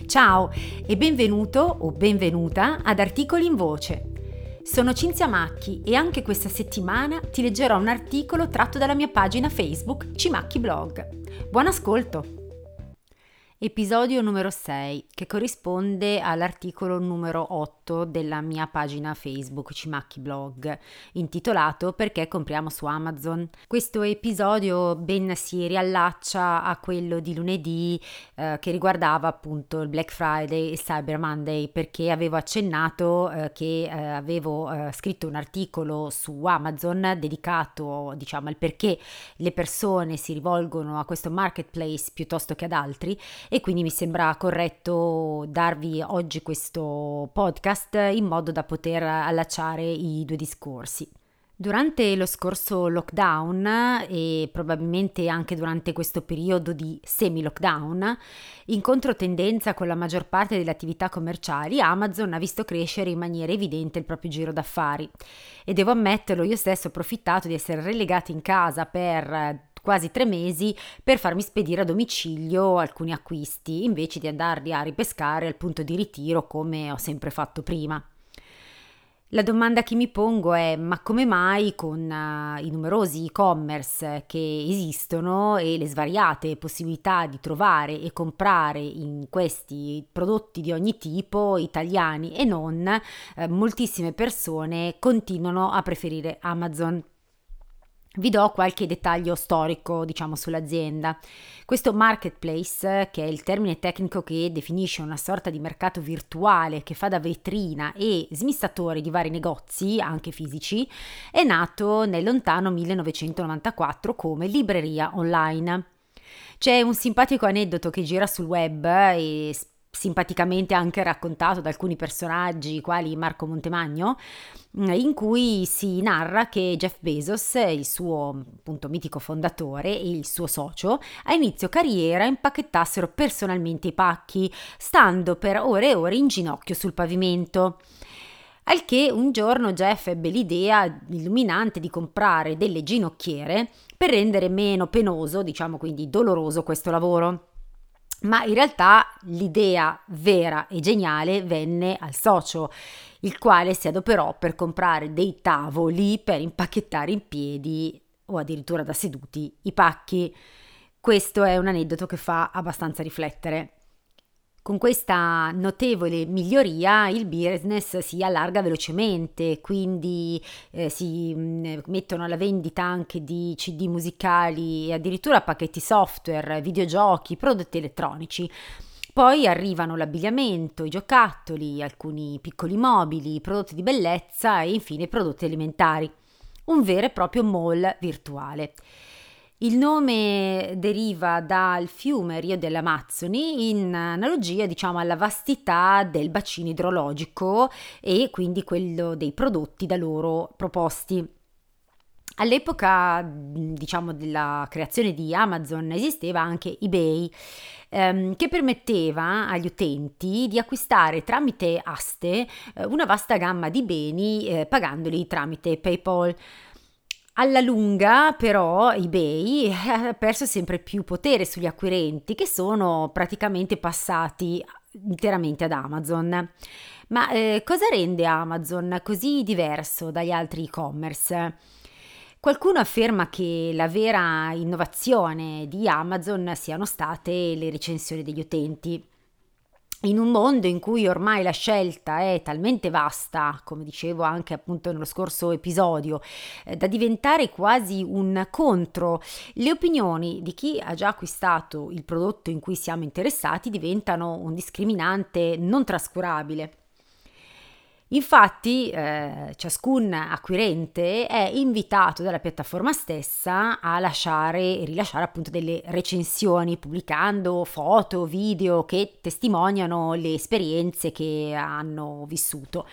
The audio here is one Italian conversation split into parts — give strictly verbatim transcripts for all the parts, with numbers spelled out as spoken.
Ciao e benvenuto o benvenuta ad Articoli in Voce. Sono Cinzia Macchi e anche questa settimana ti leggerò un articolo tratto dalla mia pagina Facebook Cimacchi Blog. Buon ascolto! Episodio numero sei, che corrisponde all'articolo numero otto della mia pagina Facebook Cimacchi Blog, intitolato Perché compriamo su Amazon. Questo episodio ben si riallaccia a quello di lunedì eh, che riguardava appunto il Black Friday e Cyber Monday, perché avevo accennato eh, che eh, avevo eh, scritto un articolo su Amazon dedicato, diciamo, al perché le persone si rivolgono a questo marketplace piuttosto che ad altri, e quindi mi sembra corretto darvi oggi questo podcast in modo da poter allacciare i due discorsi. Durante lo scorso lockdown e probabilmente anche durante questo periodo di semi-lockdown, in controtendenza con la maggior parte delle attività commerciali, Amazon ha visto crescere in maniera evidente il proprio giro d'affari. E devo ammetterlo, io stesso ho approfittato di essere relegata in casa per quasi tre mesi per farmi spedire a domicilio alcuni acquisti, invece di andarli a ripescare al punto di ritiro come ho sempre fatto prima. La domanda che mi pongo è: ma come mai con uh, i numerosi e-commerce che esistono e le svariate possibilità di trovare e comprare in questi prodotti di ogni tipo, italiani e non, eh, moltissime persone continuano a preferire Amazon? Vi do qualche dettaglio storico, diciamo, sull'azienda. Questo marketplace, che è il termine tecnico che definisce una sorta di mercato virtuale che fa da vetrina e smistatore di vari negozi, anche fisici, è nato nel lontano millenovecentonovantaquattro come libreria online. C'è un simpatico aneddoto che gira sul web e simpaticamente anche raccontato da alcuni personaggi quali Marco Montemagno, in cui si narra che Jeff Bezos, il suo appunto mitico fondatore, e il suo socio a inizio carriera impacchettassero personalmente i pacchi, stando per ore e ore in ginocchio sul pavimento. Al che un giorno Jeff ebbe l'idea illuminante di comprare delle ginocchiere per rendere meno penoso, diciamo quindi doloroso, questo lavoro. Ma in realtà l'idea vera e geniale venne al socio, il quale si adoperò per comprare dei tavoli per impacchettare in piedi o addirittura da seduti i pacchi. Questo è un aneddoto che fa abbastanza riflettere. Con questa notevole miglioria il business si allarga velocemente, quindi eh, si mh, mettono alla vendita anche di C D musicali e addirittura pacchetti software, videogiochi, prodotti elettronici. Poi arrivano l'abbigliamento, i giocattoli, alcuni piccoli mobili, prodotti di bellezza e infine prodotti alimentari. Un vero e proprio mall virtuale. Il nome deriva dal fiume Rio delle Amazzoni, in analogia, diciamo, alla vastità del bacino idrologico e quindi quello dei prodotti da loro proposti. All'epoca, diciamo, della creazione di Amazon esisteva anche eBay, ehm, che permetteva agli utenti di acquistare tramite aste eh, una vasta gamma di beni eh, pagandoli tramite PayPal. Alla lunga, però, eBay ha perso sempre più potere sugli acquirenti, che sono praticamente passati interamente ad Amazon. Ma eh, cosa rende Amazon così diverso dagli altri e-commerce? Qualcuno afferma che la vera innovazione di Amazon siano state le recensioni degli utenti. In un mondo in cui ormai la scelta è talmente vasta, come dicevo anche appunto nello scorso episodio, eh, da diventare quasi un contro, le opinioni di chi ha già acquistato il prodotto in cui siamo interessati diventano un discriminante non trascurabile. Infatti, eh, ciascun acquirente è invitato dalla piattaforma stessa a lasciare e rilasciare appunto delle recensioni, pubblicando foto, video che testimoniano le esperienze che hanno vissuto.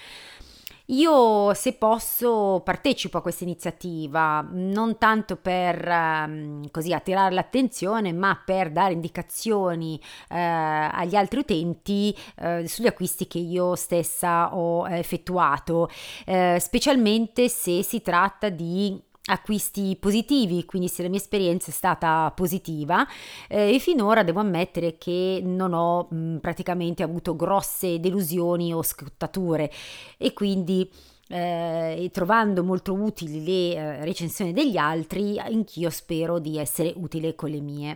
Io, se posso, partecipo a questa iniziativa, non tanto per ehm, così attirare l'attenzione, ma per dare indicazioni eh, agli altri utenti eh, sugli acquisti che io stessa ho effettuato, eh, specialmente se si tratta di acquisti positivi, quindi se la mia esperienza è stata positiva, eh, e finora devo ammettere che non ho mh, praticamente avuto grosse delusioni o scottature, e quindi eh, trovando molto utili le eh, recensioni degli altri, anch'io spero di essere utile con le mie.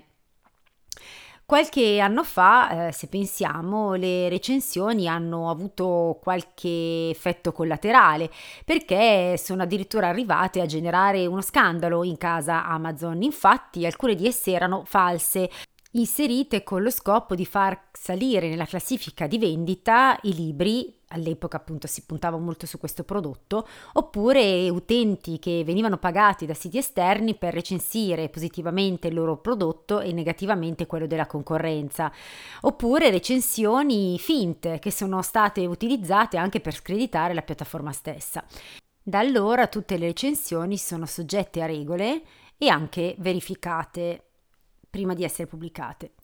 Qualche anno fa, eh, se pensiamo, le recensioni hanno avuto qualche effetto collaterale, perché sono addirittura arrivate a generare uno scandalo in casa Amazon. Infatti, alcune di esse erano false, inserite con lo scopo di far salire nella classifica di vendita i libri. All'epoca appunto si puntava molto su questo prodotto, oppure utenti che venivano pagati da siti esterni per recensire positivamente il loro prodotto e negativamente quello della concorrenza, oppure recensioni finte che sono state utilizzate anche per screditare la piattaforma stessa. Da allora tutte le recensioni sono soggette a regole e anche verificate prima di essere pubblicate.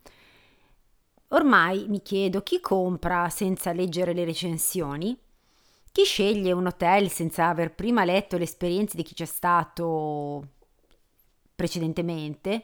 Ormai mi chiedo, chi compra senza leggere le recensioni? Chi sceglie un hotel senza aver prima letto le esperienze di chi c'è stato precedentemente?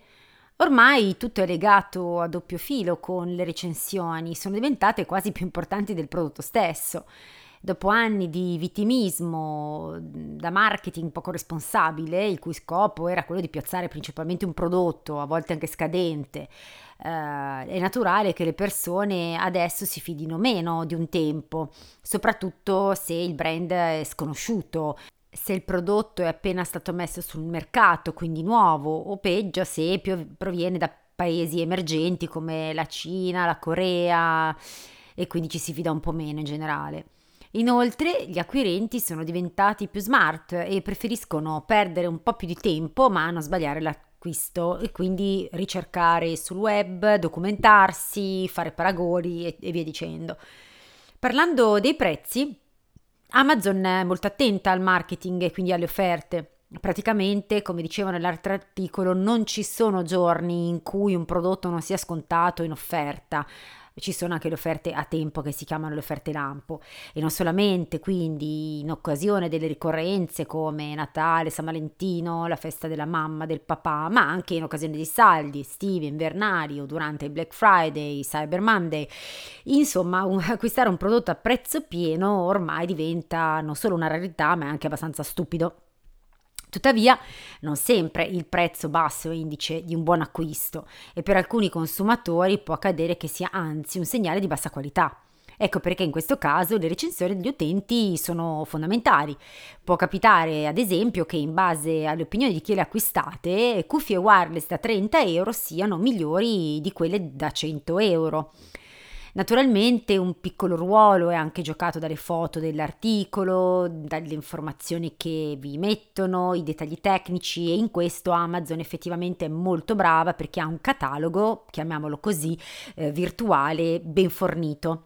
Ormai tutto è legato a doppio filo con le recensioni, sono diventate quasi più importanti del prodotto stesso. Dopo anni di vittimismo da marketing poco responsabile, il cui scopo era quello di piazzare principalmente un prodotto, a volte anche scadente, eh, è naturale che le persone adesso si fidino meno di un tempo, soprattutto se il brand è sconosciuto, se il prodotto è appena stato messo sul mercato, quindi nuovo, o peggio se proviene da paesi emergenti come la Cina, la Corea, e quindi ci si fida un po' meno in generale. Inoltre gli acquirenti sono diventati più smart e preferiscono perdere un po' più di tempo ma non sbagliare l'acquisto, e quindi ricercare sul web, documentarsi, fare paragoni e, e via dicendo. Parlando dei prezzi, Amazon è molto attenta al marketing e quindi alle offerte. Praticamente, come dicevo nell'altro articolo, non ci sono giorni in cui un prodotto non sia scontato in offerta. Ci sono anche le offerte a tempo, che si chiamano le offerte lampo, e non solamente, quindi in occasione delle ricorrenze come Natale, San Valentino, la festa della mamma, del papà, ma anche in occasione di saldi estivi, invernali o durante il Black Friday, Cyber Monday. Insomma, un, acquistare un prodotto a prezzo pieno ormai diventa non solo una rarità, ma anche abbastanza stupido. Tuttavia, non sempre il prezzo basso è indice di un buon acquisto, e per alcuni consumatori può accadere che sia anzi un segnale di bassa qualità. Ecco perché in questo caso le recensioni degli utenti sono fondamentali. Può capitare, ad esempio, che in base alle opinioni di chi le ha acquistate, cuffie wireless da trenta euro siano migliori di quelle da cento euro. Naturalmente un piccolo ruolo è anche giocato dalle foto dell'articolo, dalle informazioni che vi mettono, i dettagli tecnici, e in questo Amazon effettivamente è molto brava perché ha un catalogo, chiamiamolo così, eh, virtuale ben fornito.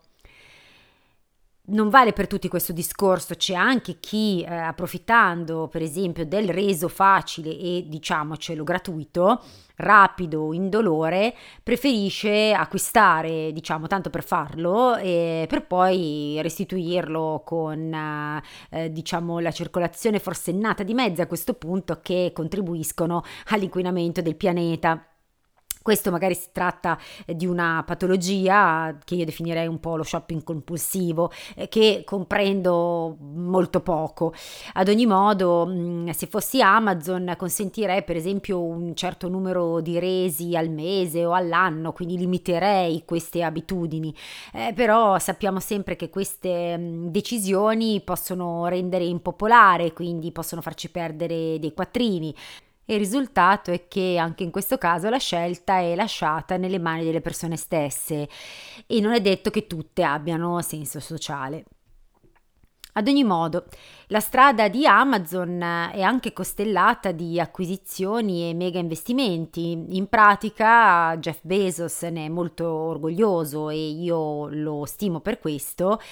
Non vale per tutti questo discorso, c'è anche chi, eh, approfittando per esempio del reso facile e diciamocelo gratuito, rapido, indolore, preferisce acquistare, diciamo, tanto per farlo e per poi restituirlo con, eh, diciamo, la circolazione forsennata di mezzi a questo punto, che contribuiscono all'inquinamento del pianeta. Questo magari si tratta di una patologia che io definirei un po' lo shopping compulsivo, eh, che comprendo molto poco. Ad ogni modo, mh, se fossi Amazon consentirei per esempio un certo numero di resi al mese o all'anno, quindi limiterei queste abitudini, eh, però sappiamo sempre che queste mh, decisioni possono rendere impopolare, quindi possono farci perdere dei quattrini. E il risultato è che anche in questo caso la scelta è lasciata nelle mani delle persone stesse e non è detto che tutte abbiano senso sociale. Ad ogni modo, la strada di Amazon è anche costellata di acquisizioni e mega investimenti. In pratica Jeff Bezos ne è molto orgoglioso e io lo stimo per questo.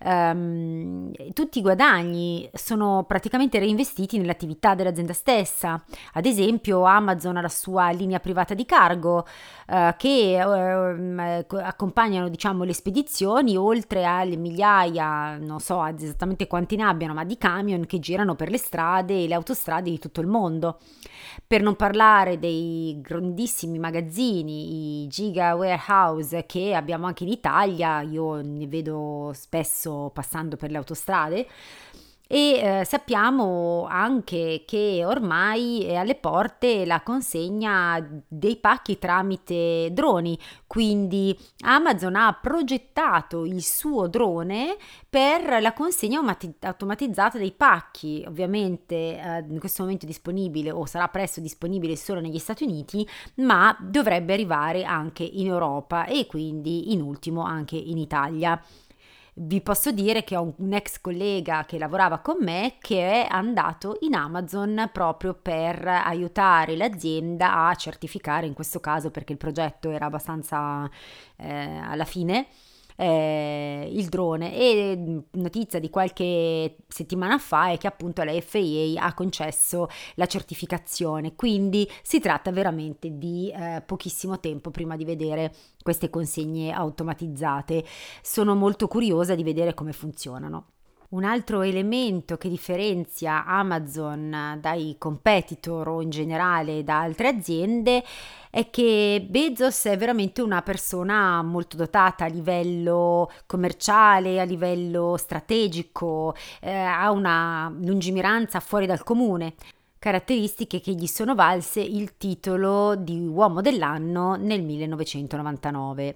Um, tutti i guadagni sono praticamente reinvestiti nell'attività dell'azienda stessa. Ad esempio, Amazon ha la sua linea privata di cargo uh, che uh, accompagnano, diciamo, le spedizioni, oltre alle migliaia, non so esattamente esattamente quanti ne abbiano, ma di camion che girano per le strade e le autostrade di tutto il mondo. Per non parlare dei grandissimi magazzini, i giga warehouse che abbiamo anche in Italia, io ne vedo spesso passando per le autostrade. E eh, sappiamo anche che ormai è alle porte la consegna dei pacchi tramite droni, quindi Amazon ha progettato il suo drone per la consegna automati- automatizzata dei pacchi. Ovviamente eh, in questo momento è disponibile o sarà presto disponibile solo negli Stati Uniti, ma dovrebbe arrivare anche in Europa e quindi in ultimo anche in Italia. Vi posso dire che ho un ex collega che lavorava con me che è andato in Amazon proprio per aiutare l'azienda a certificare, in questo caso perché il progetto era abbastanza eh, alla fine, eh, il drone. E notizia di qualche settimana fa è che appunto la F A A ha concesso la certificazione, quindi si tratta veramente di eh, pochissimo tempo prima di vedere queste consegne automatizzate. Sono molto curiosa di vedere come funzionano. Un altro elemento che differenzia Amazon dai competitor o in generale da altre aziende è che Bezos è veramente una persona molto dotata a livello commerciale, a livello strategico, eh, ha una lungimiranza fuori dal comune. Caratteristiche che gli sono valse il titolo di uomo dell'anno nel millenovecentonovantanove.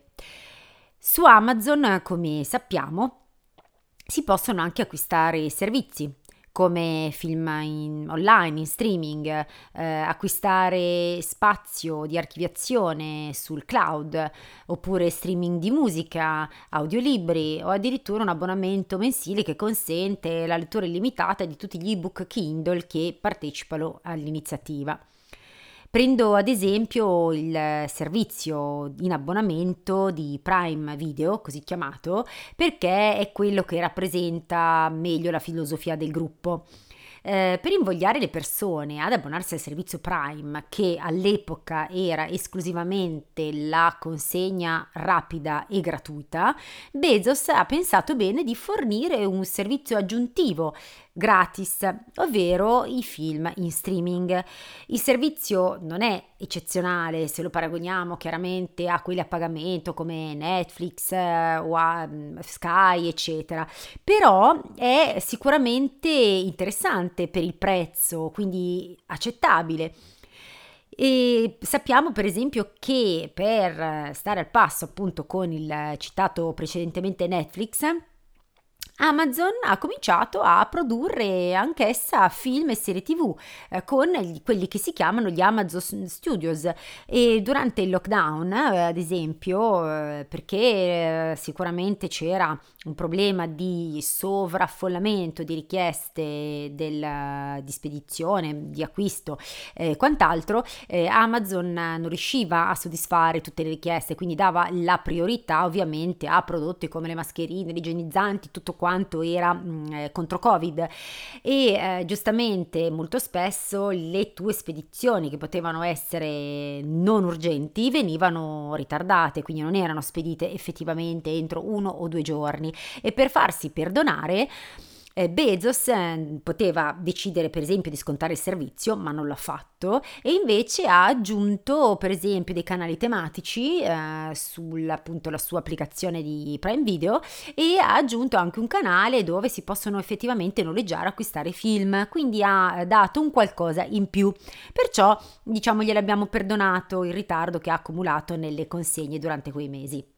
Su Amazon, come sappiamo, si possono anche acquistare servizi come film in online, in streaming, eh, acquistare spazio di archiviazione sul cloud, oppure streaming di musica, audiolibri o addirittura un abbonamento mensile che consente la lettura illimitata di tutti gli ebook Kindle che partecipano all'iniziativa. Prendo ad esempio il servizio in abbonamento di Prime Video, così chiamato, perché è quello che rappresenta meglio la filosofia del gruppo. Eh, per invogliare le persone ad abbonarsi al servizio Prime, che all'epoca era esclusivamente la consegna rapida e gratuita, Bezos ha pensato bene di fornire un servizio aggiuntivo gratis, ovvero i film in streaming. Il servizio non è eccezionale se lo paragoniamo chiaramente a quelli a pagamento come Netflix eh, o a um, Sky, eccetera, però è sicuramente interessante per il prezzo, quindi accettabile. E sappiamo per esempio che per stare al passo appunto con il citato precedentemente Netflix, Amazon ha cominciato a produrre anch'essa film e serie tivù eh, con gli- quelli che si chiamano gli Amazon Studios, e durante il lockdown, eh, ad esempio, eh, perché eh, sicuramente c'era un problema di sovraffollamento di richieste del- di spedizione, di acquisto e eh, quant'altro, eh, Amazon non riusciva a soddisfare tutte le richieste, quindi dava la priorità ovviamente a prodotti come le mascherine, gli igienizzanti, tutto quanto era mh, eh, contro Covid. E eh, giustamente molto spesso le tue spedizioni che potevano essere non urgenti venivano ritardate, quindi non erano spedite effettivamente entro uno o due giorni, e per farsi perdonare eh, Bezos eh, poteva decidere per esempio di scontare il servizio, ma non l'ha fatto, e invece ha aggiunto per esempio dei canali tematici eh, sulla appunto la sua applicazione di Prime Video, e ha aggiunto anche un canale dove si possono effettivamente noleggiare, acquistare film, quindi ha dato un qualcosa in più. Perciò diciamo gliel'abbiamo perdonato il ritardo che ha accumulato nelle consegne durante quei mesi.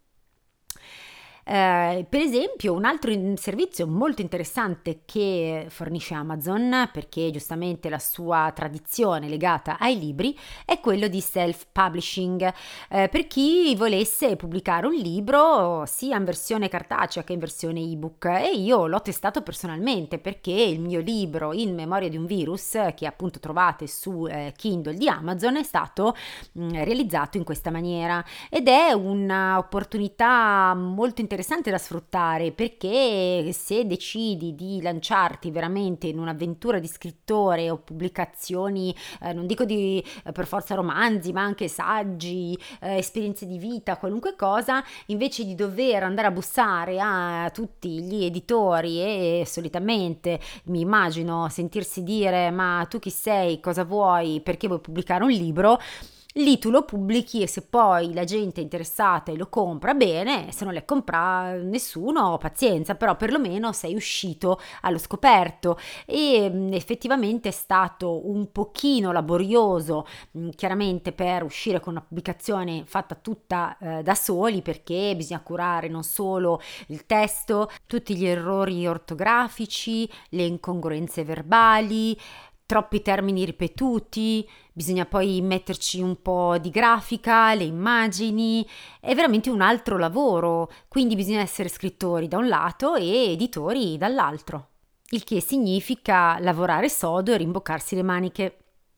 Eh, per esempio, un altro in- servizio molto interessante che fornisce Amazon, perché giustamente la sua tradizione legata ai libri, è quello di self-publishing. Eh, per chi volesse pubblicare un libro sia in versione cartacea che in versione ebook, e io l'ho testato personalmente perché il mio libro In memoria di un virus, che appunto trovate su eh, Kindle di Amazon, è stato mh, realizzato in questa maniera, ed è un'opportunità molto interessante interessante da sfruttare, perché se decidi di lanciarti veramente in un'avventura di scrittore o pubblicazioni, eh, non dico di eh, per forza romanzi, ma anche saggi, eh, esperienze di vita, qualunque cosa, invece di dover andare a bussare a tutti gli editori e solitamente mi immagino sentirsi dire ma tu chi sei, cosa vuoi, perché vuoi pubblicare un libro, lì tu lo pubblichi e se poi la gente è interessata e lo compra bene, se non le compra nessuno, pazienza, però perlomeno sei uscito allo scoperto e mh, effettivamente è stato un pochino laborioso, mh, chiaramente per uscire con una pubblicazione fatta tutta eh, da soli, perché bisogna curare non solo il testo, tutti gli errori ortografici, le incongruenze verbali, troppi termini ripetuti, bisogna poi metterci un po' di grafica, le immagini, è veramente un altro lavoro, quindi bisogna essere scrittori da un lato e editori dall'altro, il che significa lavorare sodo e rimboccarsi le maniche.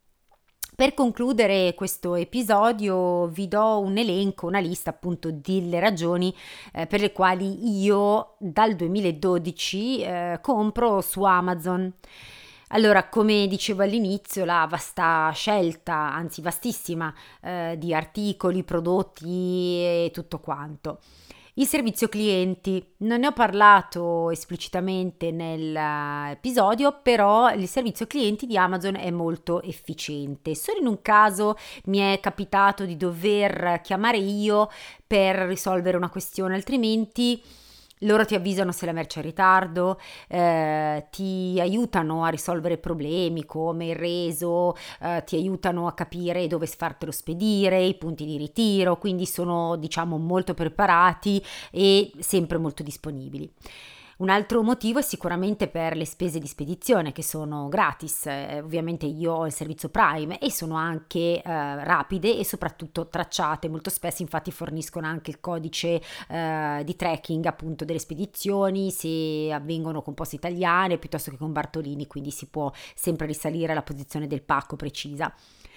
Per concludere questo episodio vi do un elenco, una lista appunto delle ragioni eh, per le quali io dal duemiladodici eh, compro su Amazon. Allora, come dicevo all'inizio, la vasta scelta, anzi vastissima, eh, di articoli, prodotti e tutto quanto. Il servizio clienti, non ne ho parlato esplicitamente nell'episodio, però il servizio clienti di Amazon è molto efficiente. Solo in un caso mi è capitato di dover chiamare io per risolvere una questione, altrimenti loro ti avvisano se la merce è in ritardo, eh, ti aiutano a risolvere problemi come il reso, eh, ti aiutano a capire dove fartelo spedire, i punti di ritiro, quindi sono diciamo molto preparati e sempre molto disponibili. Un altro motivo è sicuramente per le spese di spedizione che sono gratis, eh, ovviamente io ho il servizio Prime e sono anche eh, rapide e soprattutto tracciate, molto spesso infatti forniscono anche il codice eh, di tracking appunto delle spedizioni se avvengono con Poste Italiane piuttosto che con Bartolini, quindi si può sempre risalire alla posizione del pacco precisa.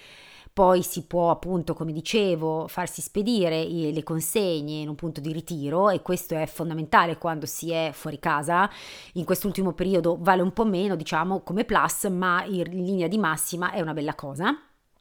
Poi si può appunto, come dicevo, farsi spedire le consegne in un punto di ritiro e questo è fondamentale quando si è fuori casa. In quest'ultimo periodo vale un po' meno, diciamo, come plus, ma in linea di massima è una bella cosa.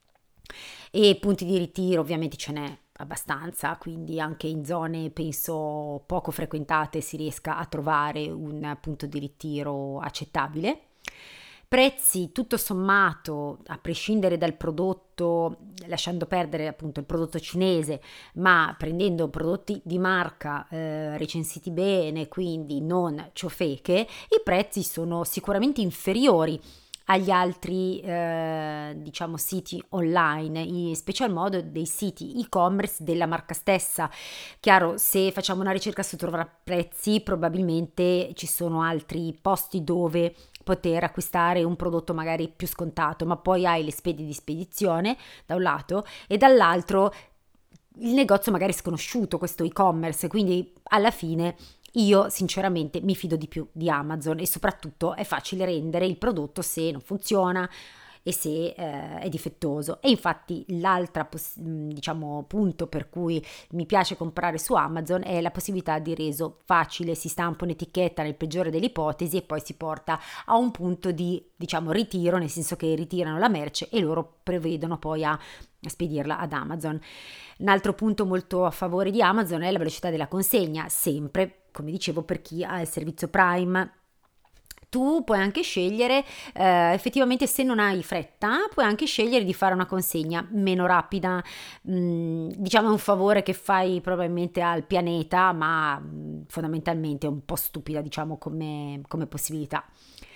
E punti di ritiro ovviamente ce n'è abbastanza, quindi anche in zone penso poco frequentate si riesca a trovare un punto di ritiro accettabile. Prezzi tutto sommato, a prescindere dal prodotto, lasciando perdere appunto il prodotto cinese, ma prendendo prodotti di marca eh, recensiti bene, quindi non ciofeche, i prezzi sono sicuramente inferiori agli altri eh, diciamo siti online, in special modo dei siti e-commerce della marca stessa. Chiaro, se facciamo una ricerca su trovare prezzi, probabilmente ci sono altri posti dove poter acquistare un prodotto magari più scontato, ma poi hai le spese di spedizione da un lato e dall'altro il negozio magari sconosciuto, questo e-commerce, quindi alla fine io sinceramente mi fido di più di Amazon e soprattutto è facile rendere il prodotto se non funziona e se eh, è difettoso. E infatti l'altra poss- diciamo punto per cui mi piace comprare su Amazon è la possibilità di reso facile, si stampa un'etichetta nel peggiore delle ipotesi e poi si porta a un punto di diciamo ritiro, nel senso che ritirano la merce e loro prevedono poi a spedirla ad Amazon. Un altro punto molto a favore di Amazon è la velocità della consegna, sempre come dicevo per chi ha il servizio Prime. Tu puoi anche scegliere, eh, effettivamente se non hai fretta, puoi anche scegliere di fare una consegna meno rapida, mm, diciamo è un favore che fai probabilmente al pianeta, ma mm, fondamentalmente è un po' stupida diciamo come, come possibilità.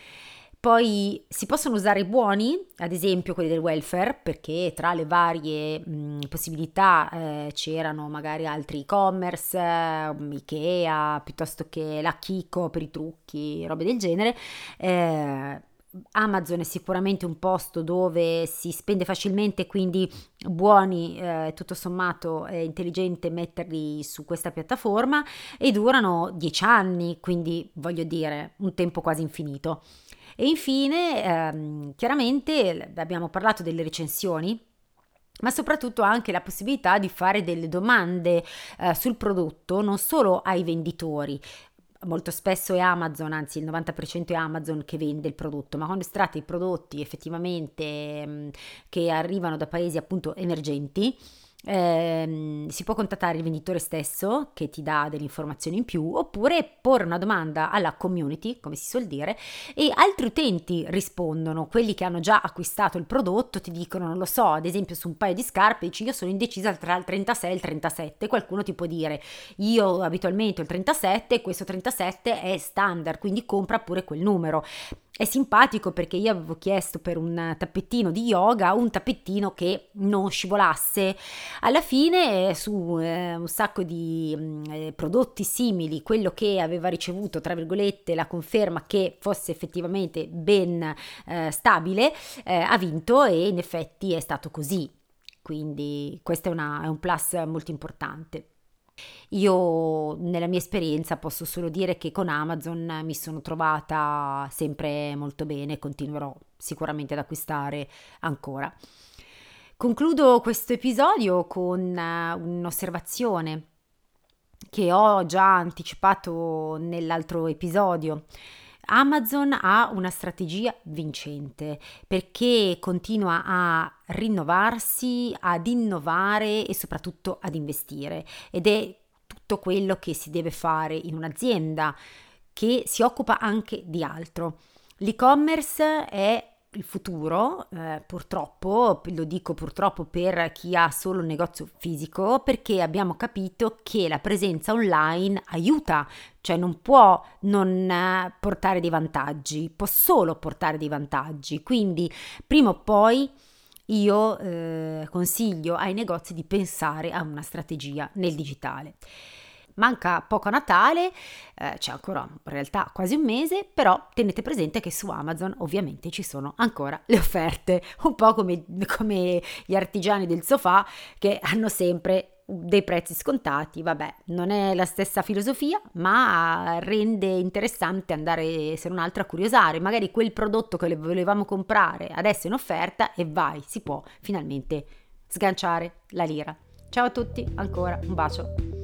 Poi si possono usare i buoni, ad esempio quelli del welfare, perché tra le varie mh, possibilità eh, c'erano magari altri e-commerce, eh, Ikea, piuttosto che la Kiko per i trucchi, robe del genere. Eh, Amazon è sicuramente un posto dove si spende facilmente, quindi buoni, eh, tutto sommato è intelligente metterli su questa piattaforma e durano dieci anni, quindi voglio dire un tempo quasi infinito. E infine, ehm, chiaramente abbiamo parlato delle recensioni. ma soprattutto anche la possibilità di fare delle domande eh, sul prodotto non solo ai venditori. Molto spesso è Amazon, anzi il novanta per cento è Amazon che vende il prodotto, ma quando si tratta di prodotti effettivamente mh, che arrivano da paesi appunto emergenti, ehm, si può contattare il venditore stesso che ti dà delle informazioni in più, oppure porre una domanda alla community, come si suol dire, e altri utenti rispondono. Quelli che hanno già acquistato il prodotto ti dicono, non lo so, ad esempio su un paio di scarpe dici io sono indecisa tra il trentasei e il trentasette, qualcuno ti può dire io abitualmente ho il trentasette e questo trentasette è standard, quindi compra pure quel numero. È simpatico perché io avevo chiesto per un tappettino di yoga un tappettino che non scivolasse. Alla fine su eh, un sacco di mh, prodotti simili, quello che aveva ricevuto tra virgolette la conferma che fosse effettivamente ben eh, stabile eh, ha vinto, e in effetti è stato così. Quindi questo è, una, è un plus molto importante. Io nella mia esperienza posso solo dire che con Amazon mi sono trovata sempre molto bene, continuerò sicuramente ad acquistare ancora. Concludo questo episodio con eh, un'osservazione che ho già anticipato nell'altro episodio. Amazon ha una strategia vincente perché continua a rinnovarsi, ad innovare e soprattutto ad investire, ed è tutto quello che si deve fare in un'azienda che si occupa anche di altro. L'e-commerce è il futuro, eh, purtroppo, lo dico purtroppo per chi ha solo un negozio fisico, perché abbiamo capito che la presenza online aiuta, cioè non può non eh, portare dei vantaggi, può solo portare dei vantaggi. Quindi prima o poi io eh, consiglio ai negozi di pensare a una strategia nel digitale. Manca poco a Natale, eh, c'è ancora in realtà quasi un mese, però tenete presente che su Amazon ovviamente ci sono ancora le offerte, un po' come, come gli artigiani del sofà che hanno sempre dei prezzi scontati. Vabbè, non è la stessa filosofia, ma rende interessante andare, se non altro, a curiosare. Magari quel prodotto che volevamo comprare adesso è in offerta e vai, si può finalmente sganciare la lira. Ciao a tutti, ancora un bacio.